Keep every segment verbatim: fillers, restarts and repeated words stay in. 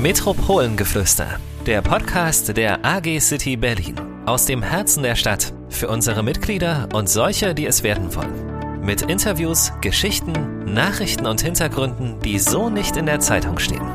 Metropolengeflüster, der Podcast der A G City Berlin. Aus dem Herzen der Stadt, für unsere Mitglieder und solche, die es werden wollen. Mit Interviews, Geschichten, Nachrichten und Hintergründen, die so nicht in der Zeitung stehen.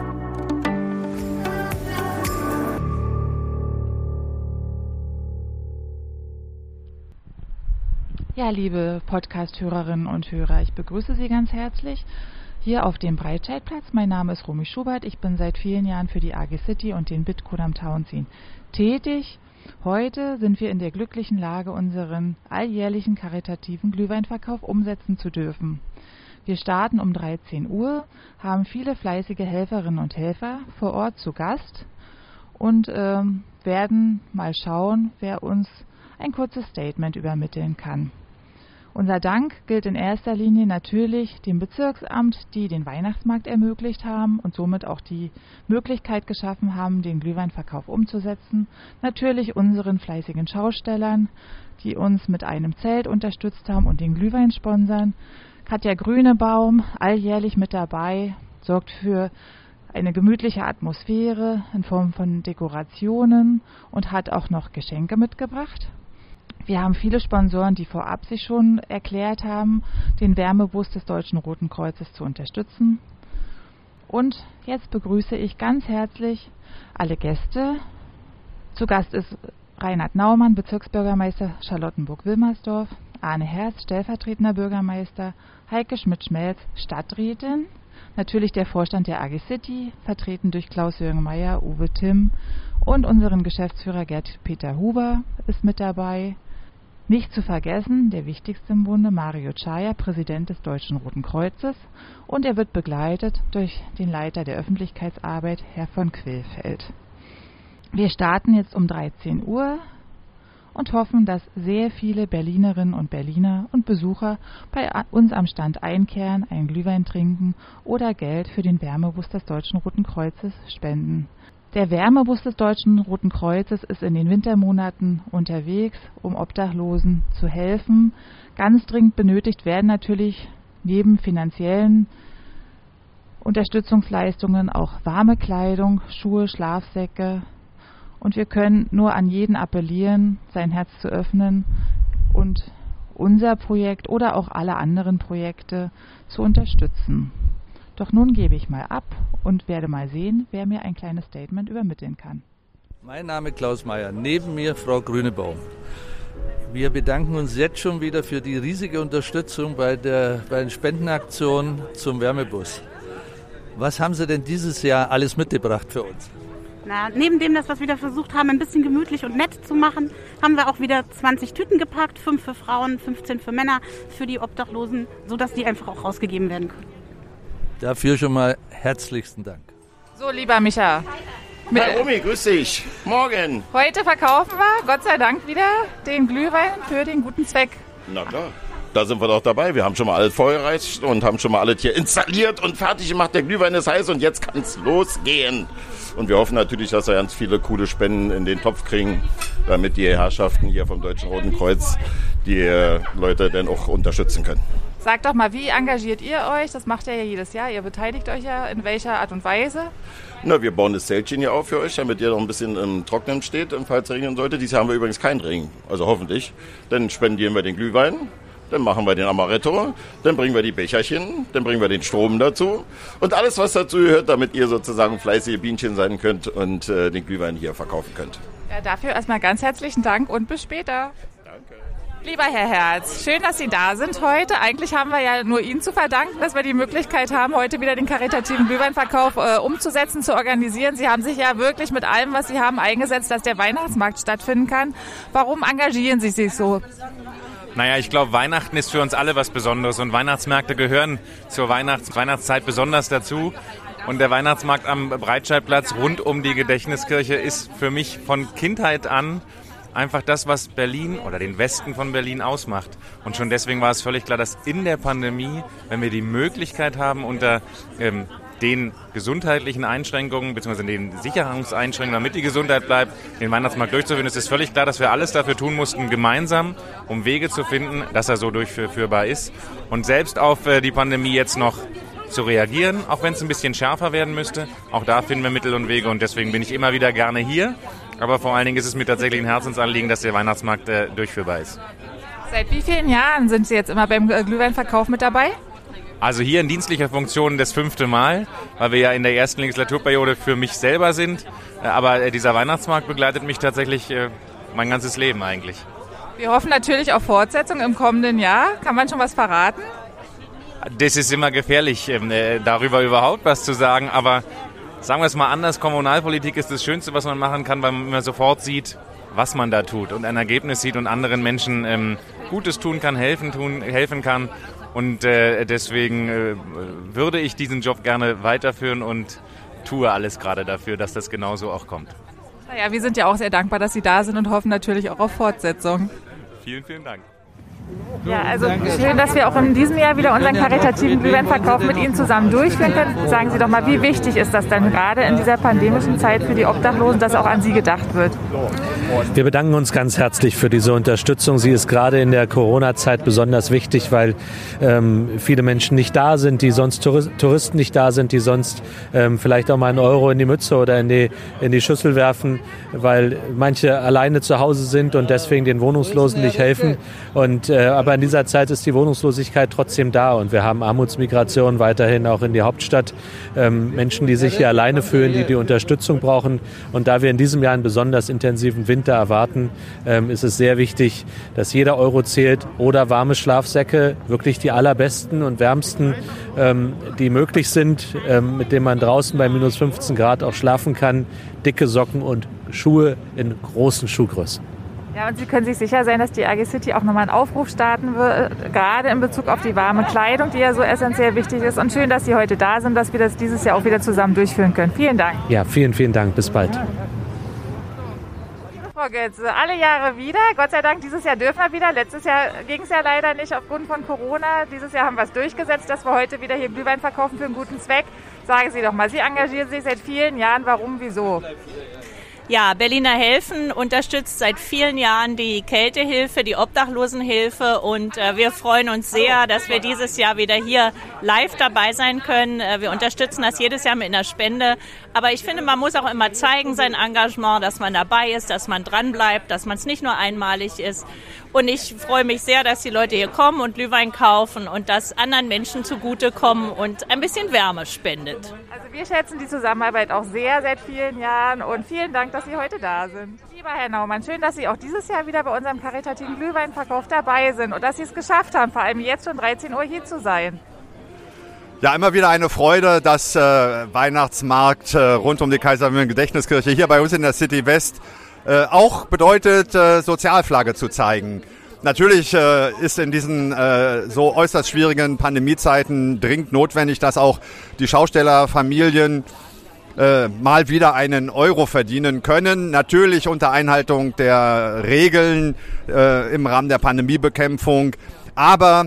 Ja, liebe Podcast-Hörerinnen und Hörer, ich begrüße Sie ganz herzlich hier auf dem Breitscheidplatz. Mein Name ist Romy Schubert. Ich bin seit vielen Jahren für die A G City und den Bitcode am Tauentzien tätig. Heute sind wir in der glücklichen Lage, unseren alljährlichen karitativen Glühweinverkauf umsetzen zu dürfen. Wir starten um dreizehn Uhr, haben viele fleißige Helferinnen und Helfer vor Ort zu Gast und ähm, werden mal schauen, wer uns ein kurzes Statement übermitteln kann. Unser Dank gilt in erster Linie natürlich dem Bezirksamt, die den Weihnachtsmarkt ermöglicht haben und somit auch die Möglichkeit geschaffen haben, den Glühweinverkauf umzusetzen. Natürlich unseren fleißigen Schaustellern, die uns mit einem Zelt unterstützt haben und den Glühwein sponsern. Katja Grünebaum, alljährlich mit dabei, sorgt für eine gemütliche Atmosphäre in Form von Dekorationen und hat auch noch Geschenke mitgebracht. Wir haben viele Sponsoren, die vorab sich schon erklärt haben, den Wärmebus des Deutschen Roten Kreuzes zu unterstützen. Und jetzt begrüße ich ganz herzlich alle Gäste. Zu Gast ist Reinhard Naumann, Bezirksbürgermeister Charlottenburg-Wilmersdorf, Arne Herz, stellvertretender Bürgermeister, Heike Schmidt-Schmelz, Stadträtin, natürlich der Vorstand der A G City, vertreten durch Klaus-Jürgen Meyer, Uwe Timm und unseren Geschäftsführer Gerd-Peter Huber ist mit dabei. Nicht zu vergessen, der wichtigste im Bunde, Mario Czaja, Präsident des Deutschen Roten Kreuzes, und er wird begleitet durch den Leiter der Öffentlichkeitsarbeit, Herr von Quillfeld. Wir starten jetzt um dreizehn Uhr und hoffen, dass sehr viele Berlinerinnen und Berliner und Besucher bei uns am Stand einkehren, einen Glühwein trinken oder Geld für den Wärmebus des Deutschen Roten Kreuzes spenden. Der Wärmebus des Deutschen Roten Kreuzes ist in den Wintermonaten unterwegs, um Obdachlosen zu helfen. Ganz dringend benötigt werden natürlich neben finanziellen Unterstützungsleistungen auch warme Kleidung, Schuhe, Schlafsäcke. Und wir können nur an jeden appellieren, sein Herz zu öffnen und unser Projekt oder auch alle anderen Projekte zu unterstützen. Doch nun gebe ich mal ab und werde mal sehen, wer mir ein kleines Statement übermitteln kann. Mein Name ist Klaus Meyer, neben mir Frau Grünebaum. Wir bedanken uns jetzt schon wieder für die riesige Unterstützung bei der, bei den Spendenaktionen zum Wärmebus. Was haben Sie denn dieses Jahr alles mitgebracht für uns? Na, neben dem, dass wir es wieder versucht haben, ein bisschen gemütlich und nett zu machen, haben wir auch wieder zwanzig Tüten gepackt, fünf für Frauen, fünfzehn für Männer, für die Obdachlosen, sodass die einfach auch rausgegeben werden können. Dafür schon mal herzlichsten Dank. So, lieber Micha. Hi Romy, grüß dich. Morgen. Heute verkaufen wir, Gott sei Dank, wieder den Glühwein für den guten Zweck. Na klar, da sind wir doch dabei. Wir haben schon mal alles vorgereicht und haben schon mal alles hier installiert und fertig gemacht. Der Glühwein ist heiß und jetzt kann es losgehen. Und wir hoffen natürlich, dass wir ganz viele coole Spenden in den Topf kriegen, damit die Herrschaften hier vom Deutschen Roten Kreuz die Leute dann auch unterstützen können. Sagt doch mal, wie engagiert ihr euch? Das macht ihr ja jedes Jahr. Ihr beteiligt euch ja in welcher Art und Weise? Na, wir bauen das Zeltchen hier auf für euch, damit ihr noch ein bisschen im Trocknen steht, falls es regnen sollte. Dieses Jahr haben wir übrigens keinen Regen, also hoffentlich. Dann spendieren wir den Glühwein, dann machen wir den Amaretto, dann bringen wir die Becherchen, dann bringen wir den Strom dazu und alles, was dazu gehört, damit ihr sozusagen fleißige Bienchen sein könnt und äh, den Glühwein hier verkaufen könnt. Ja, dafür erstmal ganz herzlichen Dank und bis später. Lieber Herr Herz, schön, dass Sie da sind heute. Eigentlich haben wir ja nur Ihnen zu verdanken, dass wir die Möglichkeit haben, heute wieder den karitativen Glühweinverkauf äh, umzusetzen, zu organisieren. Sie haben sich ja wirklich mit allem, was Sie haben, eingesetzt, dass der Weihnachtsmarkt stattfinden kann. Warum engagieren Sie sich so? Naja, ich glaube, Weihnachten ist für uns alle was Besonderes und Weihnachtsmärkte gehören zur Weihnachts- Weihnachtszeit besonders dazu. Und der Weihnachtsmarkt am Breitscheidplatz rund um die Gedächtniskirche ist für mich von Kindheit an einfach das, was Berlin oder den Westen von Berlin ausmacht. Und schon deswegen war es völlig klar, dass in der Pandemie, wenn wir die Möglichkeit haben, unter ähm, den gesundheitlichen Einschränkungen bzw. den Sicherungseinschränkungen, damit die Gesundheit bleibt, den Weihnachtsmarkt durchzuführen, ist es völlig klar, dass wir alles dafür tun mussten, gemeinsam, um Wege zu finden, dass er so durchführbar ist. Und selbst auf äh, die Pandemie jetzt noch zu reagieren, auch wenn es ein bisschen schärfer werden müsste. Auch da finden wir Mittel und Wege und deswegen bin ich immer wieder gerne hier. Aber vor allen Dingen ist es mir tatsächlich ein Herzensanliegen, dass der Weihnachtsmarkt äh, durchführbar ist. Seit wie vielen Jahren sind Sie jetzt immer beim Glühweinverkauf mit dabei? Also hier in dienstlicher Funktion das fünfte Mal, weil wir ja in der ersten Legislaturperiode für mich selber sind. Aber dieser Weihnachtsmarkt begleitet mich tatsächlich äh, mein ganzes Leben eigentlich. Wir hoffen natürlich auf Fortsetzung im kommenden Jahr. Kann man schon was verraten? Das ist immer gefährlich, äh, darüber überhaupt was zu sagen. Aber sagen wir es mal anders, Kommunalpolitik ist das Schönste, was man machen kann, weil man immer sofort sieht, was man da tut und ein Ergebnis sieht und anderen Menschen ähm, Gutes tun kann, helfen, tun, helfen kann. Und äh, deswegen äh, würde ich diesen Job gerne weiterführen und tue alles gerade dafür, dass das genauso auch kommt. Naja, wir sind ja auch sehr dankbar, dass Sie da sind und hoffen natürlich auch auf Fortsetzung. Vielen, vielen Dank. Ja, also schön, dass wir auch in diesem Jahr wieder unseren karitativen Glühweinverkauf mit Ihnen zusammen durchführen können. Sagen Sie doch mal, wie wichtig ist das denn gerade in dieser pandemischen Zeit für die Obdachlosen, dass auch an Sie gedacht wird? Wir bedanken uns ganz herzlich für diese Unterstützung. Sie ist gerade in der Corona-Zeit besonders wichtig, weil ähm, viele Menschen nicht da sind, die sonst Touristen nicht da sind, die sonst ähm, vielleicht auch mal einen Euro in die Mütze oder in die, in die Schüssel werfen, weil manche alleine zu Hause sind und deswegen den Wohnungslosen nicht helfen. Und, äh, aber in dieser Zeit ist die Wohnungslosigkeit trotzdem da und wir haben Armutsmigration weiterhin auch in die Hauptstadt. Ähm, Menschen, die sich hier alleine fühlen, die die Unterstützung brauchen. Und da wir in diesem Jahr einen besonders intensiven Winter erwarten, ähm, ist es sehr wichtig, dass jeder Euro zählt oder warme Schlafsäcke, wirklich die allerbesten und wärmsten, ähm, die möglich sind, ähm, mit denen man draußen bei minus fünfzehn Grad auch schlafen kann, dicke Socken und Schuhe in großen Schuhgrößen. Ja, und Sie können sich sicher sein, dass die A G City auch nochmal einen Aufruf starten wird, gerade in Bezug auf die warme Kleidung, die ja so essentiell wichtig ist. Und schön, dass Sie heute da sind, dass wir das dieses Jahr auch wieder zusammen durchführen können. Vielen Dank. Ja, vielen, vielen Dank. Bis bald. Frau Götze, alle Jahre wieder. Gott sei Dank, dieses Jahr dürfen wir wieder. Letztes Jahr ging es ja leider nicht aufgrund von Corona. Dieses Jahr haben wir es durchgesetzt, dass wir heute wieder hier Glühwein verkaufen für einen guten Zweck. Sagen Sie doch mal, Sie engagieren sich seit vielen Jahren. Warum, wieso? Ja, Berliner Helfen unterstützt seit vielen Jahren die Kältehilfe, die Obdachlosenhilfe und äh, wir freuen uns sehr, dass wir dieses Jahr wieder hier live dabei sein können. Äh, wir unterstützen das jedes Jahr mit einer Spende, aber ich finde, man muss auch immer zeigen, sein Engagement, dass man dabei ist, dass man dranbleibt, dass man es nicht nur einmalig ist. Und ich freue mich sehr, dass die Leute hier kommen und Glühwein kaufen und das anderen Menschen zugutekommen und ein bisschen Wärme spendet. Also wir schätzen die Zusammenarbeit auch sehr seit vielen Jahren und vielen Dank, dass Sie heute da sind. Lieber Herr Naumann, schön, dass Sie auch dieses Jahr wieder bei unserem karitativen Glühweinverkauf dabei sind und dass Sie es geschafft haben, vor allem jetzt schon dreizehn Uhr hier zu sein. Ja, immer wieder eine Freude, dass äh, Weihnachtsmarkt äh, rund um die Kaiser-Wilhelm-Gedächtniskirche hier bei uns in der City West äh, auch bedeutet, äh, Sozialflagge zu zeigen. Natürlich äh, ist in diesen äh, so äußerst schwierigen Pandemiezeiten dringend notwendig, dass auch die Schaustellerfamilien äh, mal wieder einen Euro verdienen können. Natürlich unter Einhaltung der Regeln äh, im Rahmen der Pandemiebekämpfung. Aber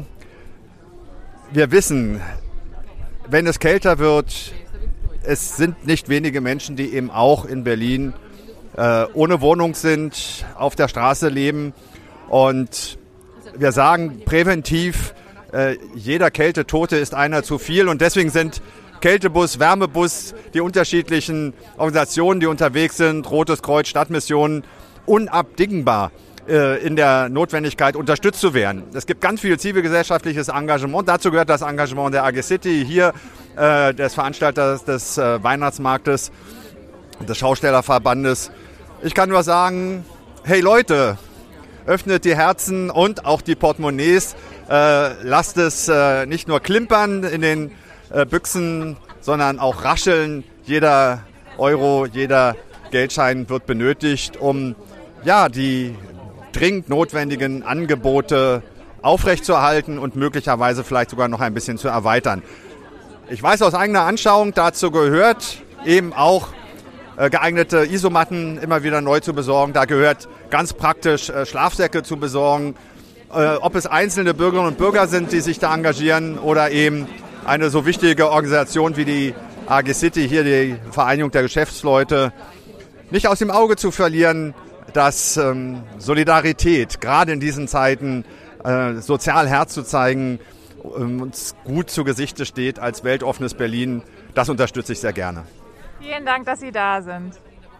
wir wissen, wenn es kälter wird, es sind nicht wenige Menschen, die eben auch in Berlin äh, ohne Wohnung sind, auf der Straße leben. Und wir sagen präventiv, äh, jeder Kältetote ist einer zu viel. Und deswegen sind Kältebus, Wärmebus, die unterschiedlichen Organisationen, die unterwegs sind, Rotes Kreuz, Stadtmissionen, unabdingbar äh, in der Notwendigkeit unterstützt zu werden. Es gibt ganz viel zivilgesellschaftliches Engagement. Dazu gehört das Engagement der A G City, hier äh, des Veranstalters des äh, Weihnachtsmarktes, des Schaustellerverbandes. Ich kann nur sagen, hey Leute, öffnet die Herzen und auch die Portemonnaies. Äh, lasst es äh, nicht nur klimpern in den äh, Büchsen, sondern auch rascheln. Jeder Euro, jeder Geldschein wird benötigt, um ja, die dringend notwendigen Angebote aufrechtzuerhalten und möglicherweise vielleicht sogar noch ein bisschen zu erweitern. Ich weiß aus eigener Anschauung, dazu gehört eben auch geeignete Isomatten immer wieder neu zu besorgen. Da gehört ganz praktisch äh, Schlafsäcke zu besorgen. Äh, ob es einzelne Bürgerinnen und Bürger sind, die sich da engagieren oder eben eine so wichtige Organisation wie die A G City, hier die Vereinigung der Geschäftsleute, nicht aus dem Auge zu verlieren, dass ähm, Solidarität gerade in diesen Zeiten äh, sozial herzuzeigen uns gut zu Gesichte steht als weltoffenes Berlin. Das unterstütze ich sehr gerne. Vielen Dank, dass Sie da sind.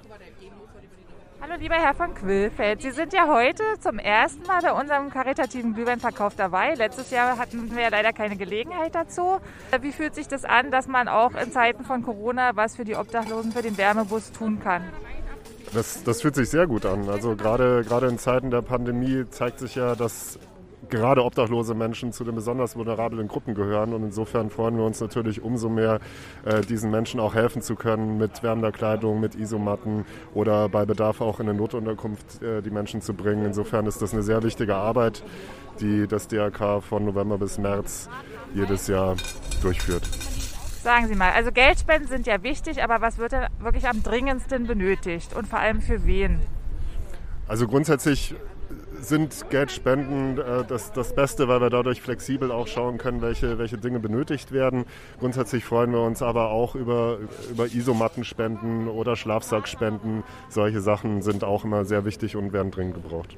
Hallo lieber Herr von Quillfeld, Sie sind ja heute zum ersten Mal bei unserem karitativen Glühweinverkauf dabei. Letztes Jahr hatten wir ja leider keine Gelegenheit dazu. Wie fühlt sich das an, dass man auch in Zeiten von Corona was für die Obdachlosen, für den Wärmebus tun kann? Das, das fühlt sich sehr gut an. Also gerade, gerade in Zeiten der Pandemie zeigt sich ja, dass gerade obdachlose Menschen zu den besonders vulnerablen Gruppen gehören. Und insofern freuen wir uns natürlich umso mehr, äh, diesen Menschen auch helfen zu können mit wärmender Kleidung, mit Isomatten oder bei Bedarf auch in eine Notunterkunft äh, die Menschen zu bringen. Insofern ist das eine sehr wichtige Arbeit, die das D R K von November bis März jedes Jahr durchführt. Sagen Sie mal, also Geldspenden sind ja wichtig, aber was wird denn wirklich am dringendsten benötigt und vor allem für wen? Also grundsätzlich sind Geldspenden äh, das, das Beste, weil wir dadurch flexibel auch schauen können, welche, welche Dinge benötigt werden. Grundsätzlich freuen wir uns aber auch über, über Isomattenspenden oder Schlafsackspenden. Solche Sachen sind auch immer sehr wichtig und werden dringend gebraucht.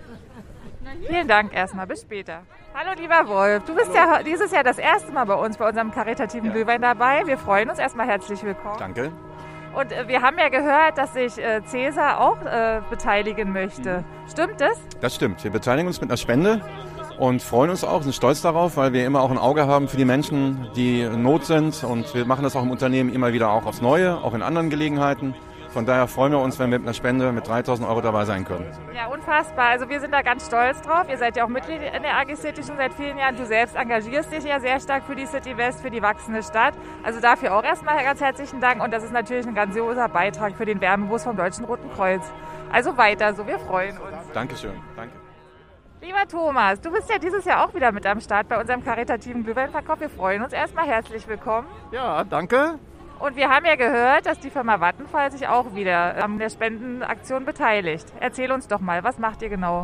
Vielen Dank erstmal, bis später. Hallo lieber Wolf, du bist ja dieses Jahr das erste Mal bei uns bei unserem karitativen ja. Glühwein dabei. Wir freuen uns erstmal, herzlich willkommen. Danke. Und äh, wir haben ja gehört, dass sich äh, Cäsar auch äh, beteiligen möchte. Stimmt das? Das stimmt. Wir beteiligen uns mit einer Spende und freuen uns auch, sind stolz darauf, weil wir immer auch ein Auge haben für die Menschen, die in Not sind. Und wir machen das auch im Unternehmen immer wieder auch aufs Neue, auch in anderen Gelegenheiten. Von daher freuen wir uns, wenn wir mit einer Spende mit dreitausend Euro dabei sein können. Ja, unfassbar. Also wir sind da ganz stolz drauf. Ihr seid ja auch Mitglied in der A G City schon seit vielen Jahren. Du selbst engagierst dich ja sehr stark für die City West, für die wachsende Stadt. Also dafür auch erstmal ganz herzlichen Dank. Und das ist natürlich ein grandioser Beitrag für den Wärmebus vom Deutschen Roten Kreuz. Also weiter so, wir freuen uns. Dankeschön, danke. Lieber Thomas, du bist ja dieses Jahr auch wieder mit am Start bei unserem karitativen Glühweinverkauf. Wir freuen uns erstmal. Herzlich willkommen. Ja, danke. Und wir haben ja gehört, dass die Firma Vattenfall sich auch wieder an der Spendenaktion beteiligt. Erzähl uns doch mal, was macht ihr genau?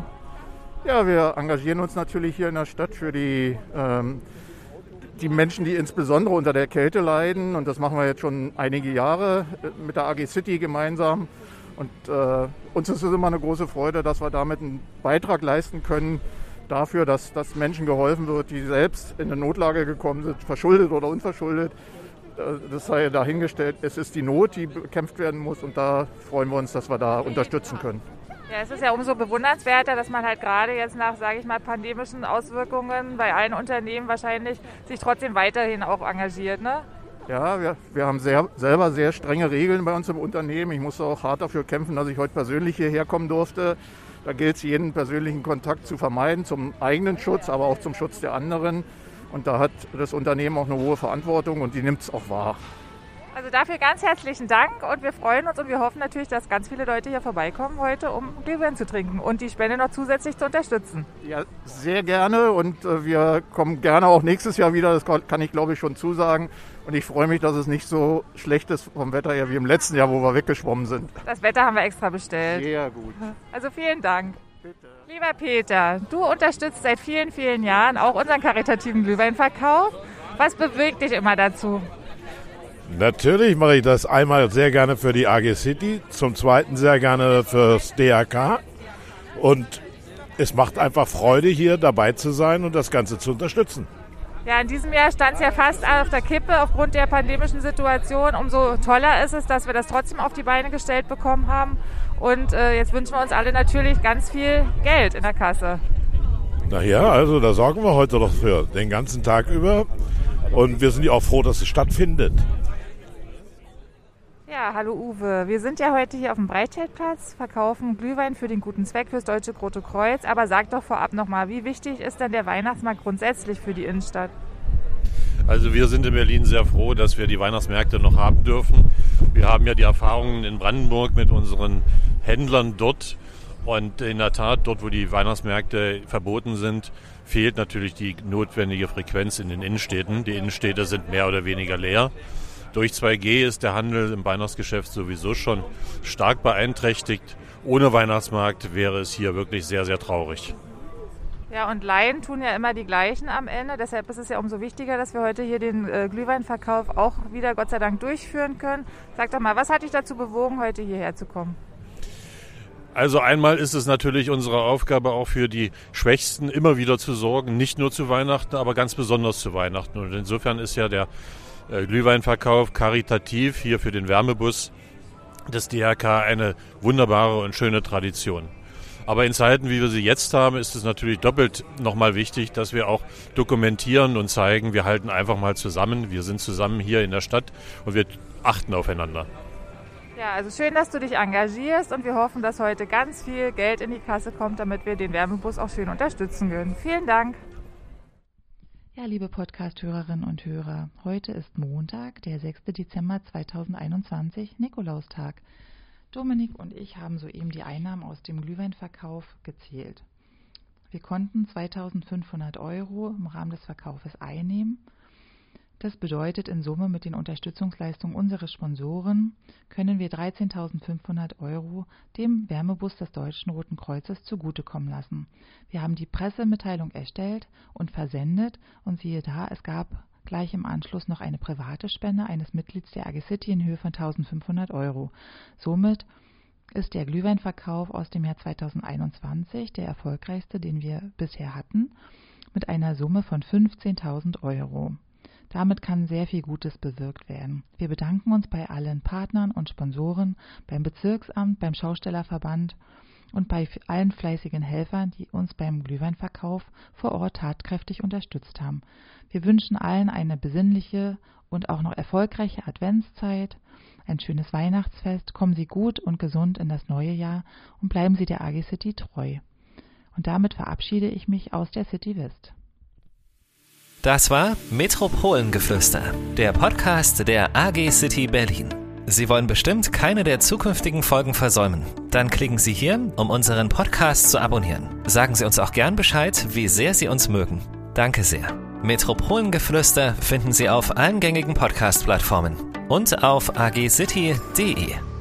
Ja, wir engagieren uns natürlich hier in der Stadt für die, ähm, die Menschen, die insbesondere unter der Kälte leiden. Und das machen wir jetzt schon einige Jahre mit der A G City gemeinsam. Und äh, uns ist es immer eine große Freude, dass wir damit einen Beitrag leisten können dafür, dass, dass Menschen geholfen wird, die selbst in eine Notlage gekommen sind, verschuldet oder unverschuldet. Das sei dahingestellt, es ist die Not, die bekämpft werden muss und da freuen wir uns, dass wir da unterstützen können. Ja, es ist ja umso bewundernswerter, dass man halt gerade jetzt nach, sage ich mal, pandemischen Auswirkungen bei allen Unternehmen wahrscheinlich sich trotzdem weiterhin auch engagiert, ne? Ja, wir, wir haben sehr, selber sehr strenge Regeln bei uns im Unternehmen. Ich musste auch hart dafür kämpfen, dass ich heute persönlich hierher kommen durfte. Da gilt es, jeden persönlichen Kontakt zu vermeiden, zum eigenen Schutz, aber auch zum Schutz der anderen. Und da hat das Unternehmen auch eine hohe Verantwortung und die nimmt es auch wahr. Also dafür ganz herzlichen Dank und wir freuen uns und wir hoffen natürlich, dass ganz viele Leute hier vorbeikommen heute, um Glühwein zu trinken und die Spende noch zusätzlich zu unterstützen. Ja, sehr gerne und äh, wir kommen gerne auch nächstes Jahr wieder, das kann ich glaube ich schon zusagen. Und ich freue mich, dass es nicht so schlecht ist vom Wetter her wie im letzten Jahr, wo wir weggeschwommen sind. Das Wetter haben wir extra bestellt. Sehr gut. Also vielen Dank. Bitte. Lieber Peter, du unterstützt seit vielen, vielen Jahren auch unseren karitativen Glühweinverkauf. Was bewegt dich immer dazu? Natürlich mache ich das einmal sehr gerne für die A G City, zum Zweiten sehr gerne fürs D R K. Und es macht einfach Freude, hier dabei zu sein und das Ganze zu unterstützen. Ja, in diesem Jahr stand es ja fast auf der Kippe aufgrund der pandemischen Situation. Umso toller ist es, dass wir das trotzdem auf die Beine gestellt bekommen haben. Und äh, jetzt wünschen wir uns alle natürlich ganz viel Geld in der Kasse. Na ja, also da sorgen wir heute doch für den ganzen Tag über. Und wir sind ja auch froh, dass es stattfindet. Ja, hallo Uwe. Wir sind ja heute hier auf dem Breitscheidplatz, verkaufen Glühwein für den guten Zweck, fürs Deutsche Rote Kreuz. Aber sag doch vorab nochmal, wie wichtig ist denn der Weihnachtsmarkt grundsätzlich für die Innenstadt? Also wir sind in Berlin sehr froh, dass wir die Weihnachtsmärkte noch haben dürfen. Wir haben ja die Erfahrungen in Brandenburg mit unseren Händlern dort. Und in der Tat, dort wo die Weihnachtsmärkte verboten sind, fehlt natürlich die notwendige Frequenz in den Innenstädten. Die Innenstädte sind mehr oder weniger leer. Durch zwei G ist der Handel im Weihnachtsgeschäft sowieso schon stark beeinträchtigt. Ohne Weihnachtsmarkt wäre es hier wirklich sehr, sehr traurig. Ja, und Laien tun ja immer die gleichen am Ende. Deshalb ist es ja umso wichtiger, dass wir heute hier den äh, Glühweinverkauf auch wieder Gott sei Dank durchführen können. Sag doch mal, was hat dich dazu bewogen, heute hierher zu kommen? Also einmal ist es natürlich unsere Aufgabe, auch für die Schwächsten immer wieder zu sorgen, nicht nur zu Weihnachten, aber ganz besonders zu Weihnachten. Und insofern ist ja der äh, Glühweinverkauf karitativ hier für den Wärmebus des D R K eine wunderbare und schöne Tradition. Aber in Zeiten, wie wir sie jetzt haben, ist es natürlich doppelt nochmal wichtig, dass wir auch dokumentieren und zeigen, wir halten einfach mal zusammen, wir sind zusammen hier in der Stadt und wir achten aufeinander. Ja, also schön, dass du dich engagierst und wir hoffen, dass heute ganz viel Geld in die Kasse kommt, damit wir den Wärmebus auch schön unterstützen können. Vielen Dank. Ja, liebe Podcast-Hörerinnen und Hörer, heute ist Montag, der sechster Dezember zweitausendeinundzwanzig, Nikolaustag. Dominik und ich haben soeben die Einnahmen aus dem Glühweinverkauf gezählt. Wir konnten zweitausendfünfhundert Euro im Rahmen des Verkaufes einnehmen. Das bedeutet, in Summe mit den Unterstützungsleistungen unserer Sponsoren können wir dreizehntausendfünfhundert Euro dem Wärmebus des Deutschen Roten Kreuzes zugutekommen lassen. Wir haben die Pressemitteilung erstellt und versendet und siehe da, es gab gleich im Anschluss noch eine private Spende eines Mitglieds der A G City in Höhe von eintausendfünfhundert Euro. Somit ist der Glühweinverkauf aus dem Jahr zweitausendeinundzwanzig der erfolgreichste, den wir bisher hatten, mit einer Summe von fünfzehntausend Euro. Damit kann sehr viel Gutes bewirkt werden. Wir bedanken uns bei allen Partnern und Sponsoren, beim Bezirksamt, beim Schaustellerverband und bei allen fleißigen Helfern, die uns beim Glühweinverkauf vor Ort tatkräftig unterstützt haben. Wir wünschen allen eine besinnliche und auch noch erfolgreiche Adventszeit, ein schönes Weihnachtsfest, kommen Sie gut und gesund in das neue Jahr und bleiben Sie der A G City treu. Und damit verabschiede ich mich aus der City West. Das war Metropolengeflüster, der Podcast der A G City Berlin. Sie wollen bestimmt keine der zukünftigen Folgen versäumen. Dann klicken Sie hier, um unseren Podcast zu abonnieren. Sagen Sie uns auch gern Bescheid, wie sehr Sie uns mögen. Danke sehr. Metropolengeflüster finden Sie auf allen gängigen Podcast-Plattformen und auf a g city punkt d e.